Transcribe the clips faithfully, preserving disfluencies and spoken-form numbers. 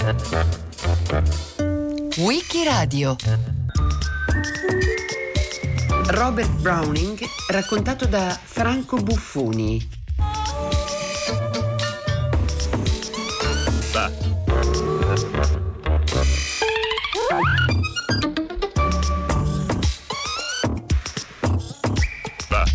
Wikiradio. Robert Browning raccontato da Franco Buffoni. Bah. Bah.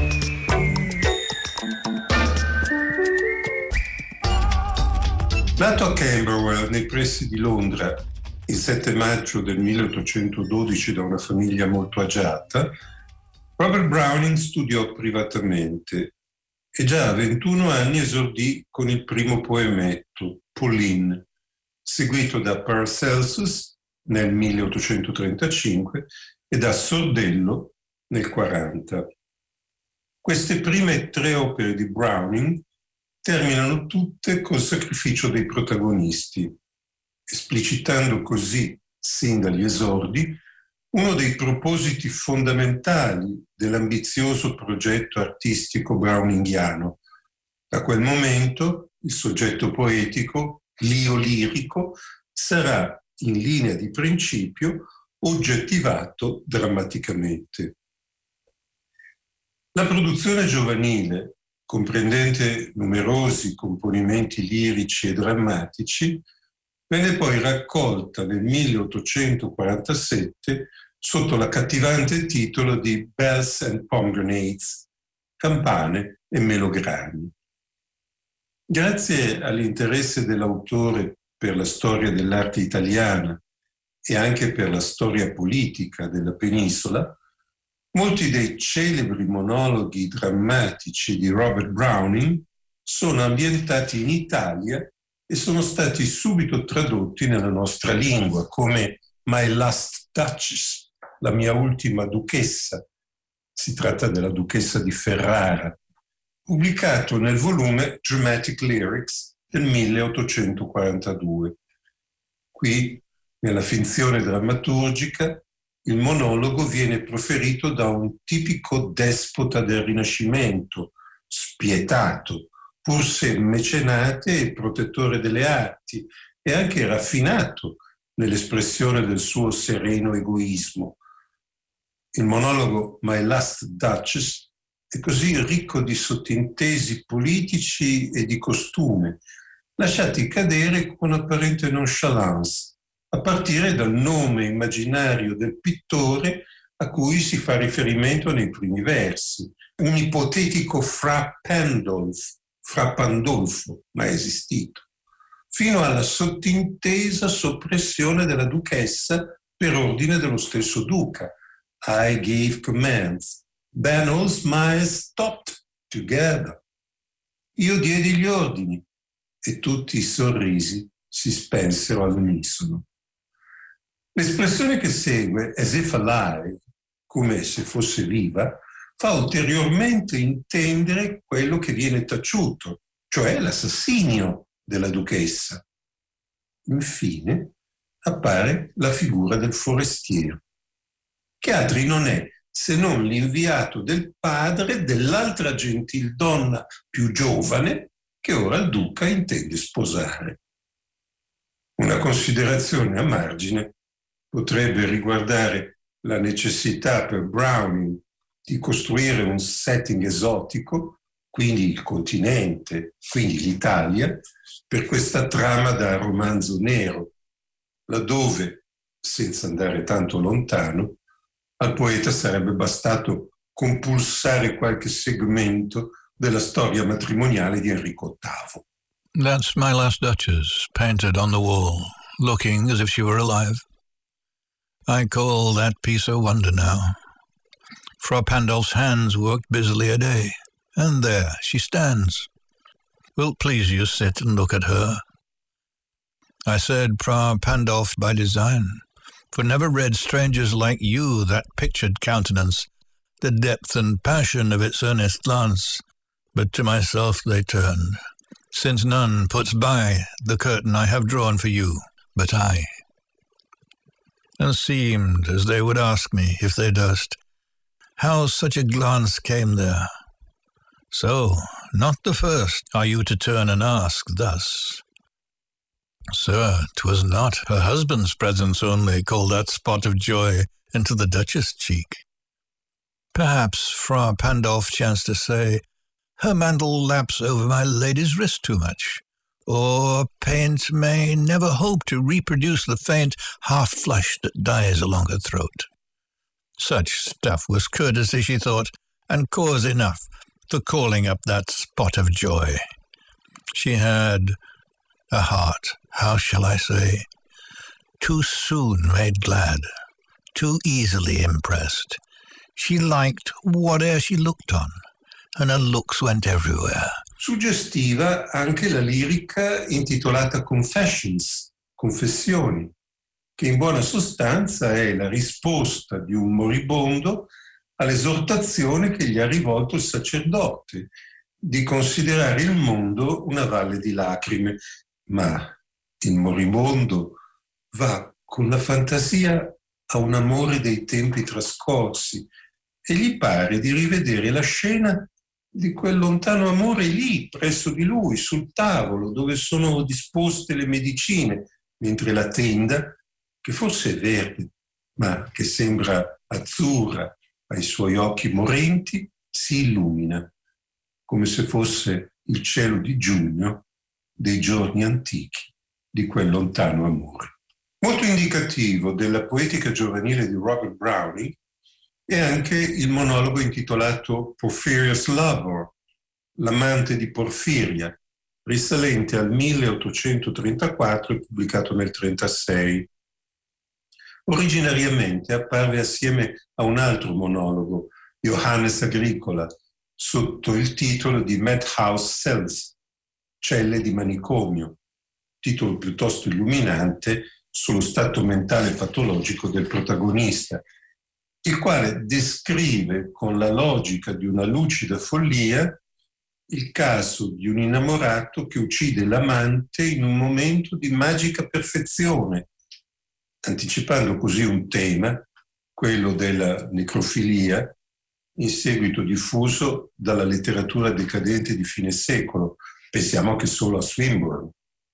Nato a Camberwell, nei pressi di Londra, il sette maggio del milleottocentododici da una famiglia molto agiata, Robert Browning studiò privatamente e già a ventuno anni esordì con il primo poemetto, Pauline, seguito da Paracelsus nel milleottocentotrentacinque e da Sordello nel quaranta. Queste prime tre opere di Browning terminano tutte col sacrificio dei protagonisti, esplicitando così, sin dagli esordi, uno dei propositi fondamentali dell'ambizioso progetto artistico browninghiano. Da quel momento il soggetto poetico, l'io lirico, sarà in linea di principio oggettivato drammaticamente. La produzione giovanile, comprendente numerosi componimenti lirici e drammatici, venne poi raccolta nel milleottocentoquarantasette sotto l'accattivante titolo di Bells and Pomegranates, campane e melograni. Grazie all'interesse dell'autore per la storia dell'arte italiana e anche per la storia politica della penisola, molti dei celebri monologhi drammatici di Robert Browning sono ambientati in Italia e sono stati subito tradotti nella nostra lingua, come My Last Duchess, la mia ultima duchessa. Si tratta della duchessa di Ferrara, pubblicato nel volume Dramatic Lyrics del milleottocentoquarantadue. Qui, nella finzione drammaturgica, il monologo viene proferito da un tipico despota del Rinascimento, spietato, pur se mecenate e protettore delle arti, e anche raffinato nell'espressione del suo sereno egoismo. Il monologo My Last Duchess è così ricco di sottintesi politici e di costume, lasciati cadere con apparente nonchalance, a partire dal nome immaginario del pittore a cui si fa riferimento nei primi versi, un ipotetico Fra Pandolf, Fra Pandolfo, mai esistito, fino alla sottintesa soppressione della duchessa per ordine dello stesso duca. I gave commands. Then all smiles stopped together. Io diedi gli ordini e tutti i sorrisi si spensero all'unisono. L'espressione che segue, as if alive, come se fosse viva, fa ulteriormente intendere quello che viene taciuto, cioè l'assassinio della duchessa. Infine appare la figura del forestiero, che altri non è se non l'inviato del padre dell'altra gentildonna più giovane che ora il duca intende sposare. Una considerazione a margine potrebbe riguardare la necessità per Browning di costruire un setting esotico, quindi il continente, quindi l'Italia, per questa trama da romanzo nero, laddove, senza andare tanto lontano, al poeta sarebbe bastato compulsare qualche segmento della storia matrimoniale di Enrico ottavo. That's My Last Duchess, painted on the wall, looking as if she were alive. I call that piece a wonder now. Frau Pandolf's hands worked busily a day, and there she stands. Will't please you sit and look at her? I said Frau Pandolf by design, for never read strangers like you that pictured countenance, the depth and passion of its earnest glance. But to myself they turned, since none puts by the curtain I have drawn for you, but I. And seemed as they would ask me, if they durst, how such a glance came there. So, not the first are you to turn and ask thus. Sir, 'twas not her husband's presence only called that spot of joy into the Duchess' cheek. Perhaps Fra Pandolf chanced to say, her mantle laps over my lady's wrist too much, or paint may never hope to reproduce the faint half-flush that dies along her throat. Such stuff was courtesy, she thought, and cause enough for calling up that spot of joy. She had a heart, how shall I say, too soon made glad, too easily impressed. She liked whate'er she looked on, and her looks went everywhere. Suggestiva anche la lirica intitolata Confessions, Confessioni, che in buona sostanza è la risposta di un moribondo all'esortazione che gli ha rivolto il sacerdote di considerare il mondo una valle di lacrime. Ma il moribondo va con la fantasia a un amore dei tempi trascorsi e gli pare di rivedere la scena di quel lontano amore lì, presso di lui, sul tavolo, dove sono disposte le medicine, mentre la tenda, che forse è verde, ma che sembra azzurra ai suoi occhi morenti, si illumina, come se fosse il cielo di giugno dei giorni antichi di quel lontano amore. Molto indicativo della poetica giovanile di Robert Browning è anche il monologo intitolato Porphyria's Lover, l'amante di Porfiria, risalente al milleottocentotrentaquattro e pubblicato nel trentasei. Originariamente apparve assieme a un altro monologo, Johannes Agricola, sotto il titolo di Madhouse Cells, celle di manicomio, titolo piuttosto illuminante sullo stato mentale patologico del protagonista, il quale descrive con la logica di una lucida follia il caso di un innamorato che uccide l'amante in un momento di magica perfezione, anticipando così un tema, quello della necrofilia, in seguito diffuso dalla letteratura decadente di fine secolo. Pensiamo anche solo a Swinburne.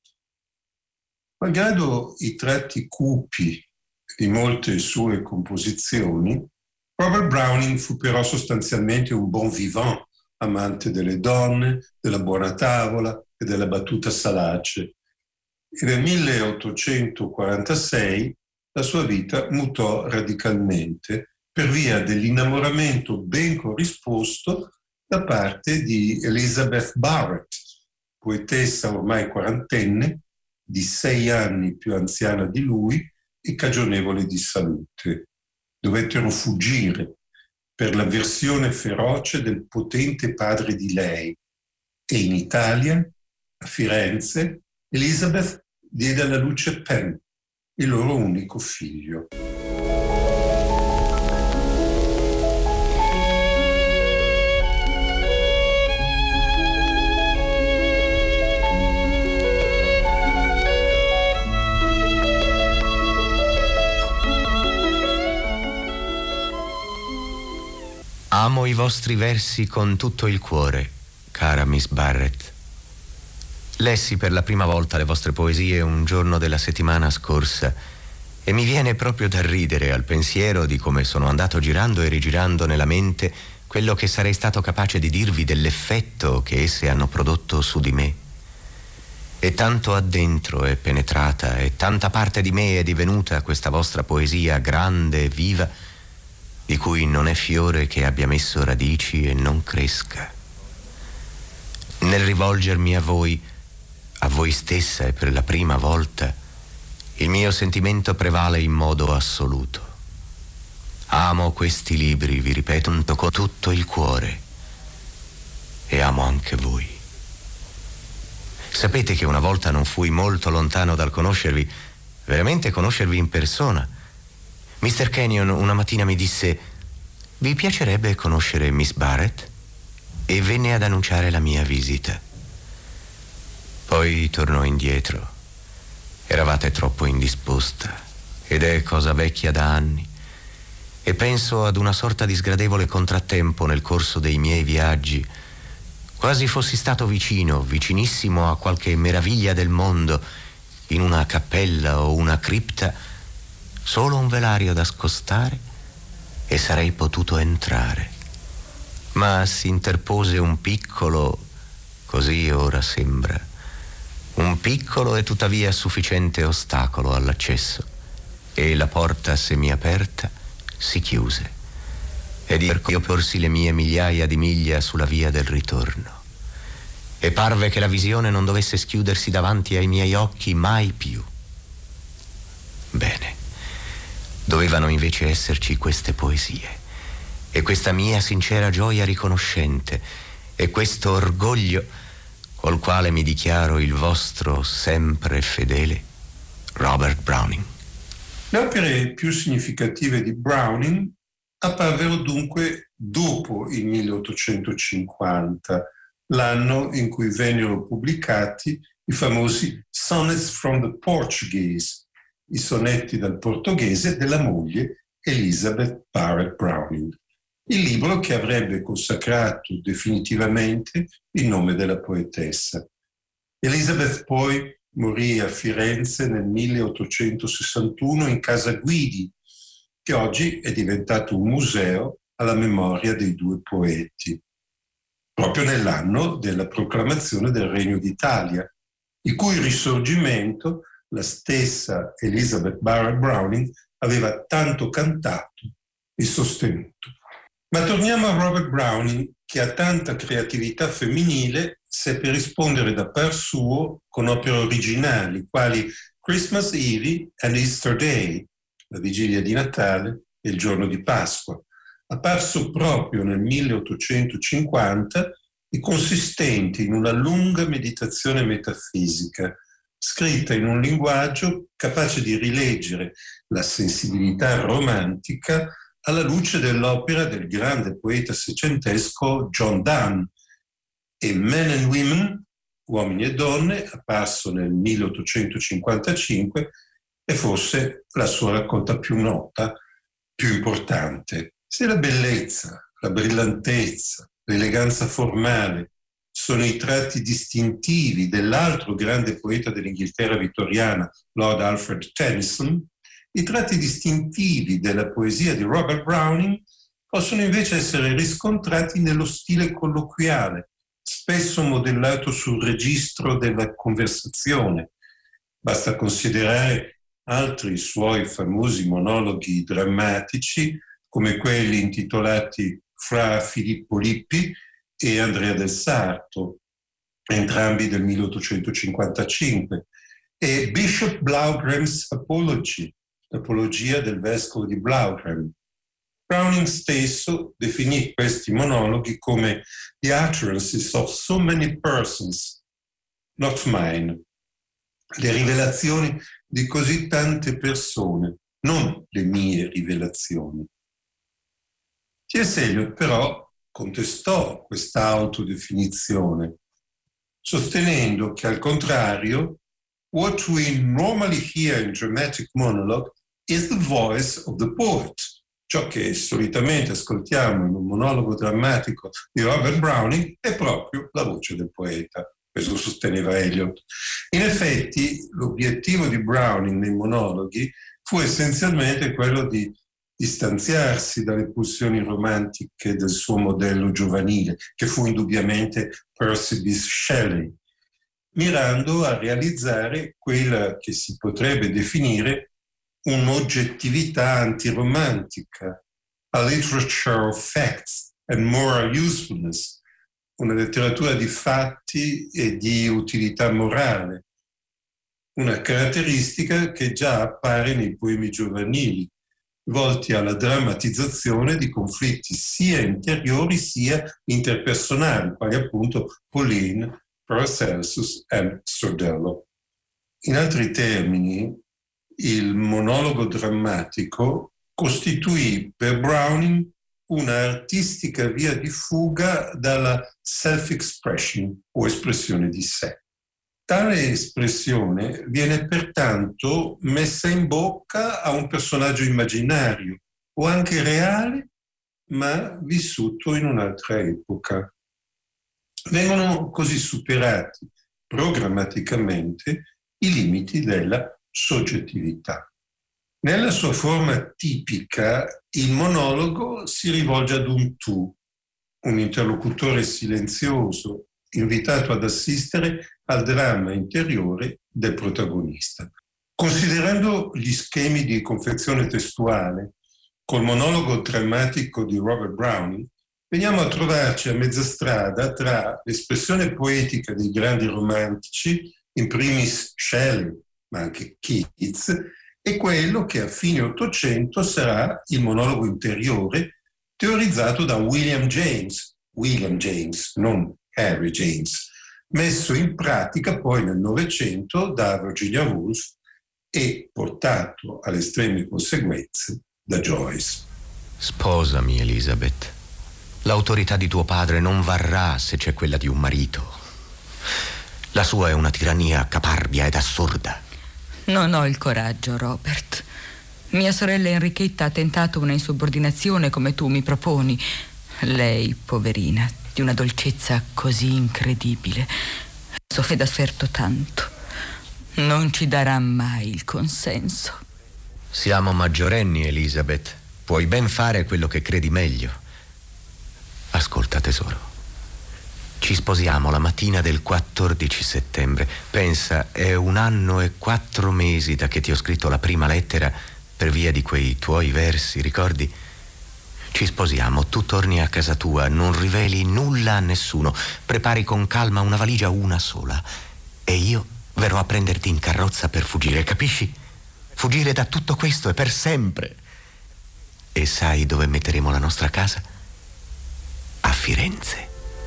Malgrado i tratti cupi di molte sue composizioni, Robert Browning fu però sostanzialmente un bon vivant, amante delle donne, della buona tavola e della battuta salace. E nel milleottocentoquarantasei la sua vita mutò radicalmente per via dell'innamoramento ben corrisposto da parte di Elizabeth Barrett, poetessa ormai quarantenne, di sei anni più anziana di lui e cagionevole di salute. Dovettero fuggire per l'avversione feroce del potente padre di lei e in Italia, a Firenze, Elizabeth diede alla luce Penn, il loro unico figlio. Amo i vostri versi con tutto il cuore, cara Miss Barrett. Lessi per la prima volta le vostre poesie un giorno della settimana scorsa e mi viene proprio da ridere al pensiero di come sono andato girando e rigirando nella mente quello che sarei stato capace di dirvi dell'effetto che esse hanno prodotto su di me. E tanto addentro è penetrata e tanta parte di me è divenuta questa vostra poesia grande e viva, di cui non è fiore che abbia messo radici e non cresca. Nel rivolgermi a voi, a voi stessa e per la prima volta, il mio sentimento prevale in modo assoluto. Amo questi libri, vi ripeto, con tutto il cuore e amo anche voi. Sapete che una volta non fui molto lontano dal conoscervi, veramente conoscervi in persona. mister Kenyon una mattina mi disse: vi piacerebbe conoscere Miss Barrett? E venne ad annunciare la mia visita. Poi tornò indietro. Eravate troppo indisposta, ed è cosa vecchia da anni. E penso ad una sorta di sgradevole contrattempo nel corso dei miei viaggi. Quasi fossi stato vicino, vicinissimo a qualche meraviglia del mondo, in una cappella o una cripta, solo un velario da scostare e sarei potuto entrare. Ma si interpose un piccolo, così ora sembra, un piccolo e tuttavia sufficiente ostacolo all'accesso, e la porta semiaperta si chiuse. Ed io porsi le mie migliaia di miglia sulla via del ritorno. E parve che la visione non dovesse schiudersi davanti ai miei occhi mai più. Bene, dovevano invece esserci queste poesie, e questa mia sincera gioia riconoscente, e questo orgoglio col quale mi dichiaro il vostro sempre fedele Robert Browning. Le opere più significative di Browning apparvero dunque dopo il milleottocentocinquanta, l'anno in cui vennero pubblicati i famosi Sonnets from the Portuguese, i sonetti dal portoghese della moglie Elizabeth Barrett Browning, il libro che avrebbe consacrato definitivamente il nome della poetessa. Elizabeth poi morì a Firenze nel milleottocentosessantuno in Casa Guidi, che oggi è diventato un museo alla memoria dei due poeti, proprio nell'anno della proclamazione del Regno d'Italia, il cui risorgimento la stessa Elizabeth Barrett Browning aveva tanto cantato e sostenuto. Ma torniamo a Robert Browning, che ha tanta creatività femminile, seppe rispondere da par suo con opere originali, quali Christmas Eve and Easter Day, la vigilia di Natale e il giorno di Pasqua, apparso proprio nel milleottocentocinquanta e consistente in una lunga meditazione metafisica, scritta in un linguaggio capace di rileggere la sensibilità romantica alla luce dell'opera del grande poeta seicentesco John Donne, e Men and Women, Uomini e Donne, apparso nel milleottocentocinquantacinque, è forse la sua raccolta più nota, più importante. Se la bellezza, la brillantezza, l'eleganza formale sono i tratti distintivi dell'altro grande poeta dell'Inghilterra vittoriana, Lord Alfred Tennyson, i tratti distintivi della poesia di Robert Browning possono invece essere riscontrati nello stile colloquiale, spesso modellato sul registro della conversazione. Basta considerare altri suoi famosi monologhi drammatici, come quelli intitolati Fra Filippo Lippi e Andrea del Sarto, entrambi del milleottocentocinquantacinque, e Bishop Blaugram's Apology, l'apologia del vescovo di Blougram. Browning stesso definì questi monologhi come the utterances of so many persons, not mine, le rivelazioni di così tante persone, non le mie rivelazioni. T S. Eliot però contestò questa autodefinizione, sostenendo che al contrario, what we normally hear in dramatic monologue is the voice of the poet. Ciò che solitamente ascoltiamo in un monologo drammatico di Robert Browning è proprio la voce del poeta. Questo sosteneva Eliot. In effetti, l'obiettivo di Browning nei monologhi fu essenzialmente quello di distanziarsi dalle pulsioni romantiche del suo modello giovanile, che fu indubbiamente Percy Bysshe Shelley, mirando a realizzare quella che si potrebbe definire un'oggettività antiromantica, a literature of facts and moral usefulness, una letteratura di fatti e di utilità morale, una caratteristica che già appare nei poemi giovanili, volti alla drammatizzazione di conflitti sia interiori sia interpersonali, quali appunto Pauline, Paracelsus e Sordello. In altri termini, il monologo drammatico costituì per Browning una artistica via di fuga dalla self-expression o espressione di sé. Tale espressione viene pertanto messa in bocca a un personaggio immaginario o anche reale, ma vissuto in un'altra epoca. Vengono così superati programmaticamente i limiti della soggettività. Nella sua forma tipica, il monologo si rivolge ad un tu, un interlocutore silenzioso, invitato ad assistere al dramma interiore del protagonista. Considerando gli schemi di confezione testuale, col monologo drammatico di Robert Browning, veniamo a trovarci a mezza strada tra l'espressione poetica dei grandi romantici, in primis Shelley, ma anche Keats, e quello che a fine Ottocento sarà il monologo interiore teorizzato da William James, William James, non Harry James, messo in pratica poi nel Novecento da Virginia Woolf e portato alle estreme conseguenze da Joyce. Sposami, Elizabeth. L'autorità di tuo padre non varrà se c'è quella di un marito. La sua è una tirannia caparbia ed assurda. Non ho il coraggio, Robert. Mia sorella Enrichetta ha tentato una insubordinazione come tu mi proponi. Lei, poverina, di una dolcezza così incredibile, soffre da sofferto tanto. Non ci darà mai il consenso. Siamo maggiorenni, Elizabeth. Puoi ben fare quello che credi meglio. Ascolta, tesoro. Ci sposiamo la mattina del quattordici settembre. Pensa, è un anno e quattro mesi da che ti ho scritto la prima lettera per via di quei tuoi versi, ricordi? Ci sposiamo, tu torni a casa tua, non riveli nulla a nessuno, prepari con calma una valigia una sola e io verrò a prenderti in carrozza per fuggire, capisci? Fuggire da tutto questo e per sempre. E sai dove metteremo la nostra casa? A Firenze.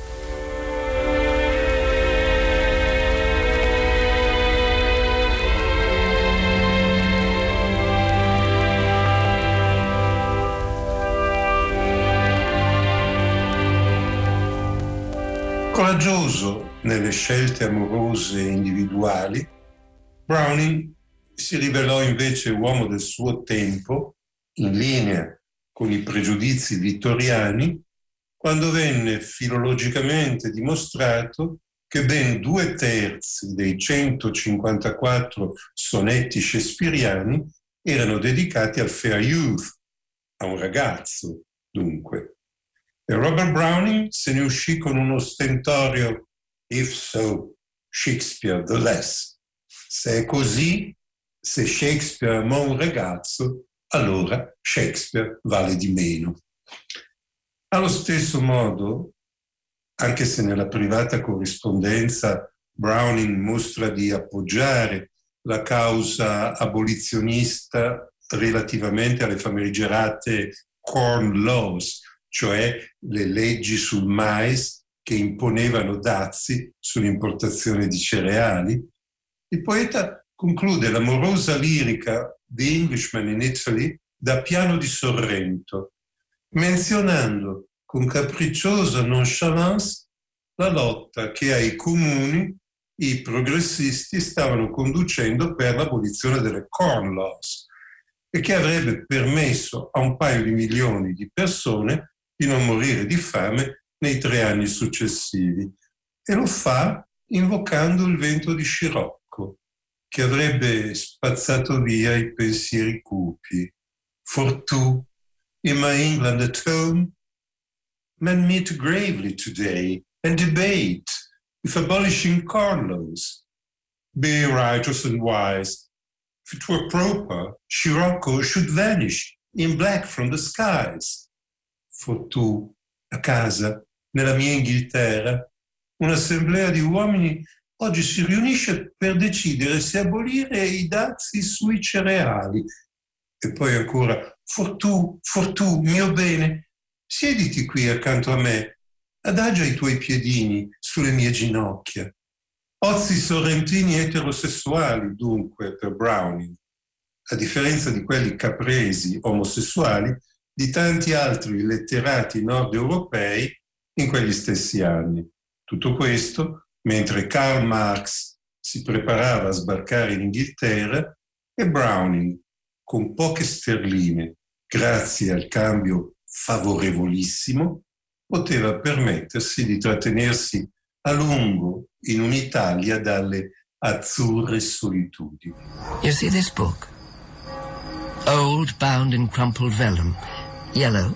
Coraggioso nelle scelte amorose individuali, Browning si rivelò invece uomo del suo tempo, in linea con i pregiudizi vittoriani, quando venne filologicamente dimostrato che ben due terzi dei centocinquantaquattro sonetti shakespeariani erano dedicati al fair youth, a un ragazzo, dunque. E Robert Browning se ne uscì con uno stentorio "If so, Shakespeare the less". Se è così, se Shakespeare amò un ragazzo, allora Shakespeare vale di meno. Allo stesso modo, anche se nella privata corrispondenza Browning mostra di appoggiare la causa abolizionista relativamente alle famigerate Corn Laws, cioè le leggi sul mais che imponevano dazi sull'importazione di cereali, il poeta conclude l'amorosa lirica The Englishman in Italy da Piano di Sorrento, menzionando con capricciosa nonchalance la lotta che ai comuni i progressisti stavano conducendo per l'abolizione delle Corn Laws e che avrebbe permesso a un paio di milioni di persone di non morire di fame nei tre anni successivi. E lo fa invocando il vento di scirocco, che avrebbe spazzato via i pensieri cupi. For tu, in my England at home, men meet gravely today and debate if abolishing Corn Laws. Be righteous and wise. If it were proper, scirocco should vanish in black from the skies. For tu, a casa, nella mia Inghilterra, un'assemblea di uomini oggi si riunisce per decidere se abolire i dazi sui cereali. E poi ancora, for tu, for tu, mio bene, siediti qui accanto a me, adagia i tuoi piedini sulle mie ginocchia. Ozi sorrentini eterosessuali, dunque, per Browning, a differenza di quelli capresi omosessuali di tanti altri letterati nord europei in quegli stessi anni. Tutto questo mentre Karl Marx si preparava a sbarcare in Inghilterra e Browning, con poche sterline, grazie al cambio favorevolissimo, poteva permettersi di trattenersi a lungo in un'Italia dalle azzurre solitudini. You see this book? Old, bound in crumpled vellum. Yellow.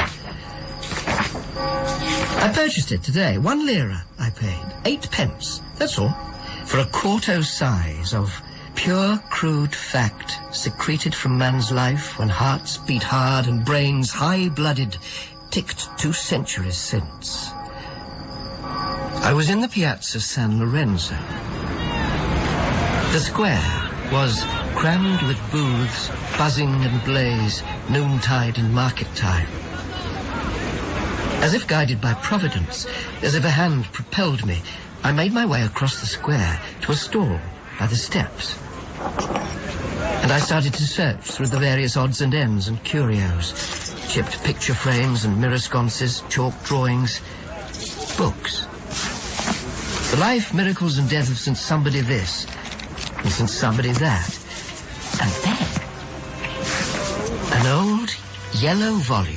I purchased it today. One lira I paid. Eight pence. That's all. For a quarto size of pure, crude fact secreted from man's life when hearts beat hard and brains high-blooded ticked two centuries since. I was in the Piazza San Lorenzo. The square was crammed with booths, buzzing and blaze, noontide and market time. As if guided by Providence, as if a hand propelled me, I made my way across the square to a stall by the steps. And I started to search through the various odds and ends and curios, chipped picture frames and mirror sconces, chalk drawings, books. The life, miracles and death of Saint Somebody this, and Saint Somebody that. And then, an old yellow volume,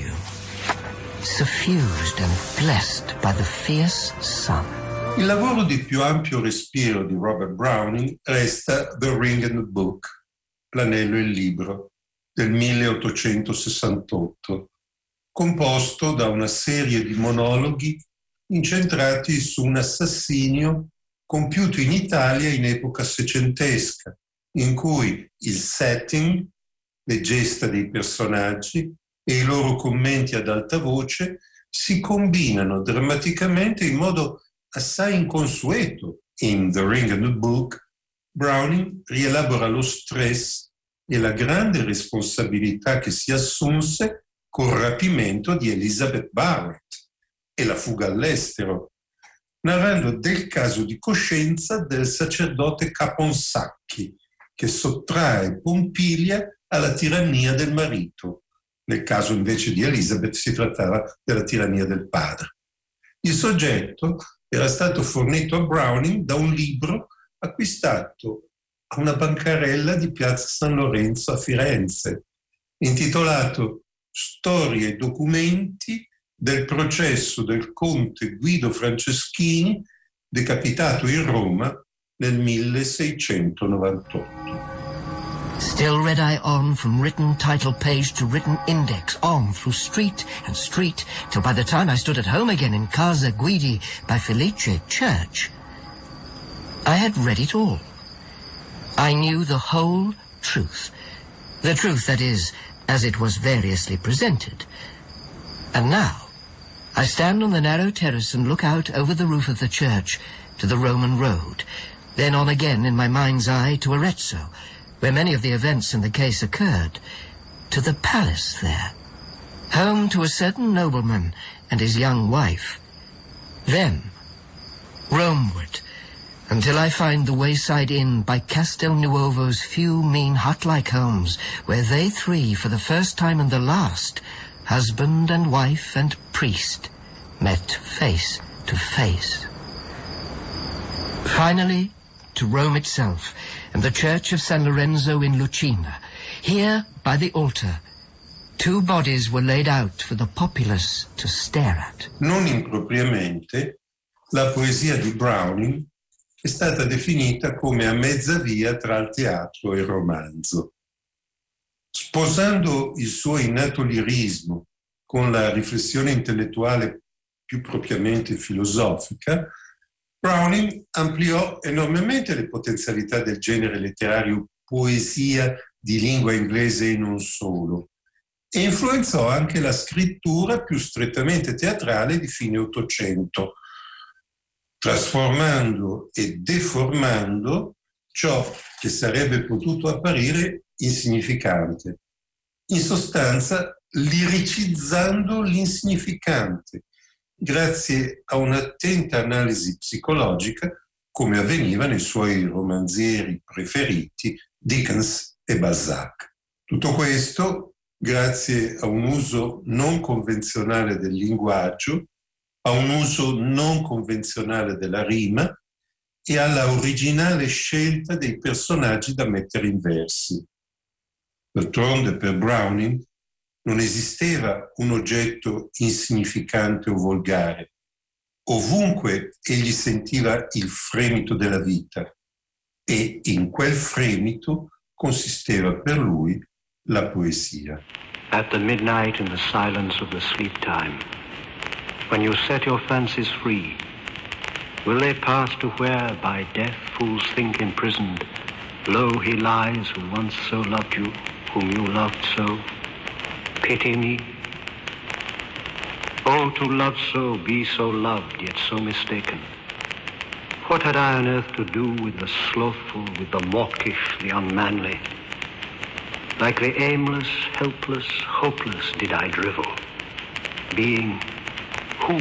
suffused and blessed by the fierce sun. Il lavoro di più ampio respiro di Robert Browning resta The Ring and the Book, L'anello e il libro, del milleottocentosessantotto, composto da una serie di monologhi incentrati su un assassinio compiuto in Italia in epoca seicentesca, in cui il setting, le gesta dei personaggi e i loro commenti ad alta voce si combinano drammaticamente in modo assai inconsueto. In The Ring and the Book, Browning rielabora lo stress e la grande responsabilità che si assunse col rapimento di Elizabeth Barrett e la fuga all'estero, narrando del caso di coscienza del sacerdote Caponsacchi, che sottrae Pompilia alla tirannia del marito. Nel caso invece di Elizabeth si trattava della tirannia del padre. Il soggetto era stato fornito a Browning da un libro acquistato a una bancarella di Piazza San Lorenzo a Firenze, intitolato Storie e documenti del processo del conte Guido Franceschini, decapitato in Roma nel milleseicentonovantotto. Still read I on from written title page to written index, on through street and street, till by the time I stood at home again in Casa Guidi by Felice Church, I had read it all. I knew the whole truth. The truth, that is, as it was variously presented. And now, I stand on the narrow terrace and look out over the roof of the church to the Roman road, then on again in my mind's eye to Arezzo, where many of the events in the case occurred, to the palace there, home to a certain nobleman and his young wife. Then, Romeward, until I find the wayside inn by Castelnuovo's few mean hut-like homes, where they three, for the first time and the last, husband and wife and priest, met face to face. Finally, to Rome itself, and the church of San Lorenzo in Lucina. Here, by the altar, two bodies were laid out for the populace to stare at. Non impropriamente, la poesia di Browning è stata definita come a mezza via tra il teatro e il romanzo. Sposando il suo innato lirismo con la riflessione intellettuale più propriamente filosofica, Browning ampliò enormemente le potenzialità del genere letterario poesia di lingua inglese e non solo, e influenzò anche la scrittura più strettamente teatrale di fine Ottocento, trasformando e deformando ciò che sarebbe potuto apparire insignificante. In sostanza, liricizzando l'insignificante, grazie a un'attenta analisi psicologica, come avveniva nei suoi romanzieri preferiti, Dickens e Balzac. Tutto questo grazie a un uso non convenzionale del linguaggio, a un uso non convenzionale della rima e alla originale scelta dei personaggi da mettere in versi. D'altronde, per Browning non esisteva un oggetto insignificante o volgare. Ovunque egli sentiva il fremito della vita. e in quel fremito consisteva per lui la poesia. At the midnight in the silence of the sleep time, when you set your fancies free, will they pass to where by death fools think imprisoned, lo, he lies who once so loved you, whom you loved so? Pity me. Oh, to love so, be so loved, yet so mistaken. What had I on earth to do with the slothful, with the mawkish, the unmanly? Like the aimless, helpless, hopeless did I drivel, being who?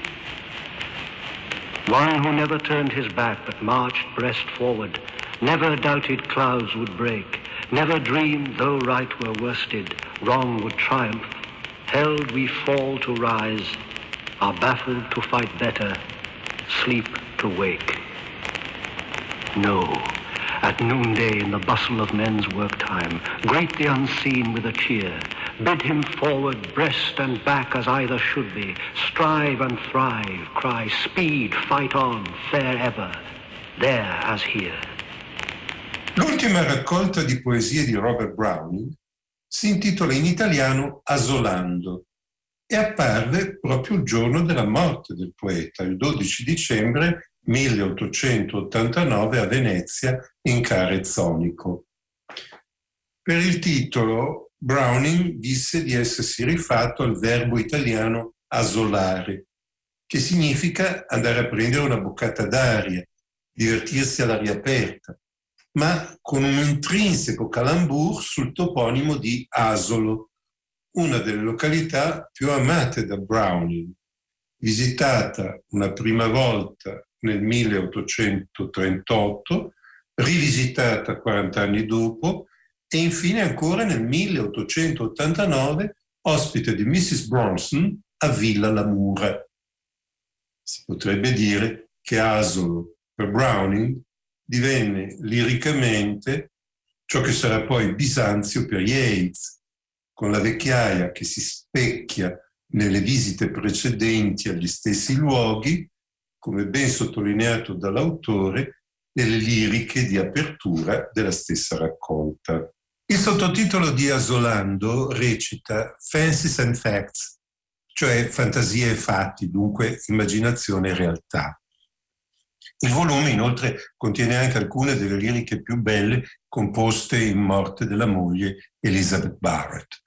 One who never turned his back but marched breast forward, never doubted clouds would break, never dreamed though right were worsted, wrong would triumph, held we fall to rise, are baffled to fight better, sleep to wake. No, at noonday in the bustle of men's work time, greet the unseen with a cheer, bid him forward, breast and back as either should be, strive and thrive, cry speed, fight on, fare ever, there as here. L'ultima raccolta di poesie di Robert Browning si intitola in italiano Asolando e apparve proprio il giorno della morte del poeta, il dodici dicembre milleottocentottantanove a Venezia in Carezzonico. Per il titolo Browning disse di essersi rifatto al verbo italiano asolare, che significa andare a prendere una boccata d'aria, divertirsi all'aria aperta, ma con un intrinseco calembour sul toponimo di Asolo, una delle località più amate da Browning, visitata una prima volta nel milleottocentotrentotto, rivisitata quaranta anni dopo e infine ancora nel milleottocentottantanove ospite di missus Bronson a Villa Lamura. Si potrebbe dire che Asolo per Browning divenne liricamente ciò che sarà poi Bisanzio per Yeats, con la vecchiaia che si specchia nelle visite precedenti agli stessi luoghi, come ben sottolineato dall'autore, nelle liriche di apertura della stessa raccolta. Il sottotitolo di Asolando recita Fancies and Facts, cioè fantasie e fatti, dunque immaginazione e realtà. Il volume inoltre contiene anche alcune delle liriche più belle composte in morte della moglie Elizabeth Barrett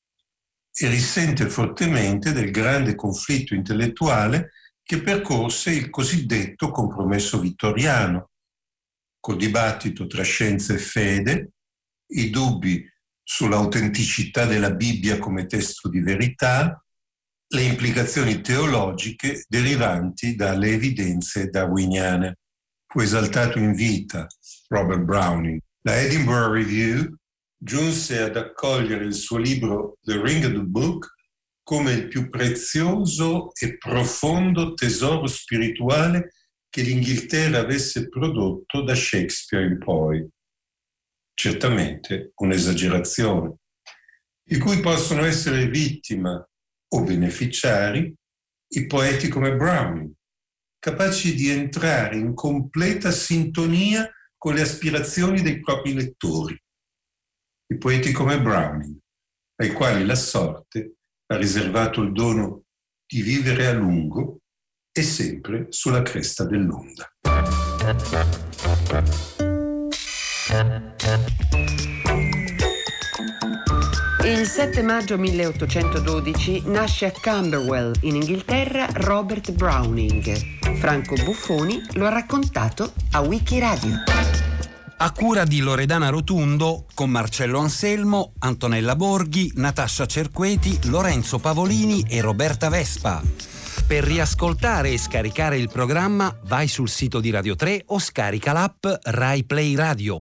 e risente fortemente del grande conflitto intellettuale che percorse il cosiddetto compromesso vittoriano, col dibattito tra scienza e fede, i dubbi sull'autenticità della Bibbia come testo di verità, le implicazioni teologiche derivanti dalle evidenze darwiniane. Fu esaltato in vita Robert Browning. La Edinburgh Review giunse ad accogliere il suo libro The Ring of the Book come il più prezioso e profondo tesoro spirituale che l'Inghilterra avesse prodotto da Shakespeare in poi. Certamente un'esagerazione, di cui possono essere vittima o beneficiari i poeti come Browning, capaci di entrare in completa sintonia con le aspirazioni dei propri lettori. I poeti come Browning, ai quali la sorte ha riservato il dono di vivere a lungo e sempre sulla cresta dell'onda. Il sette maggio milleottocentododici nasce a Camberwell, in Inghilterra, Robert Browning. Franco Buffoni lo ha raccontato a Wikiradio. A cura di Loredana Rotundo, con Marcello Anselmo, Antonella Borghi, Natascia Cerqueti, Lorenzo Pavolini e Roberta Vespa. Per riascoltare e scaricare il programma vai sul sito di Radio tre o scarica l'app Rai Play Radio.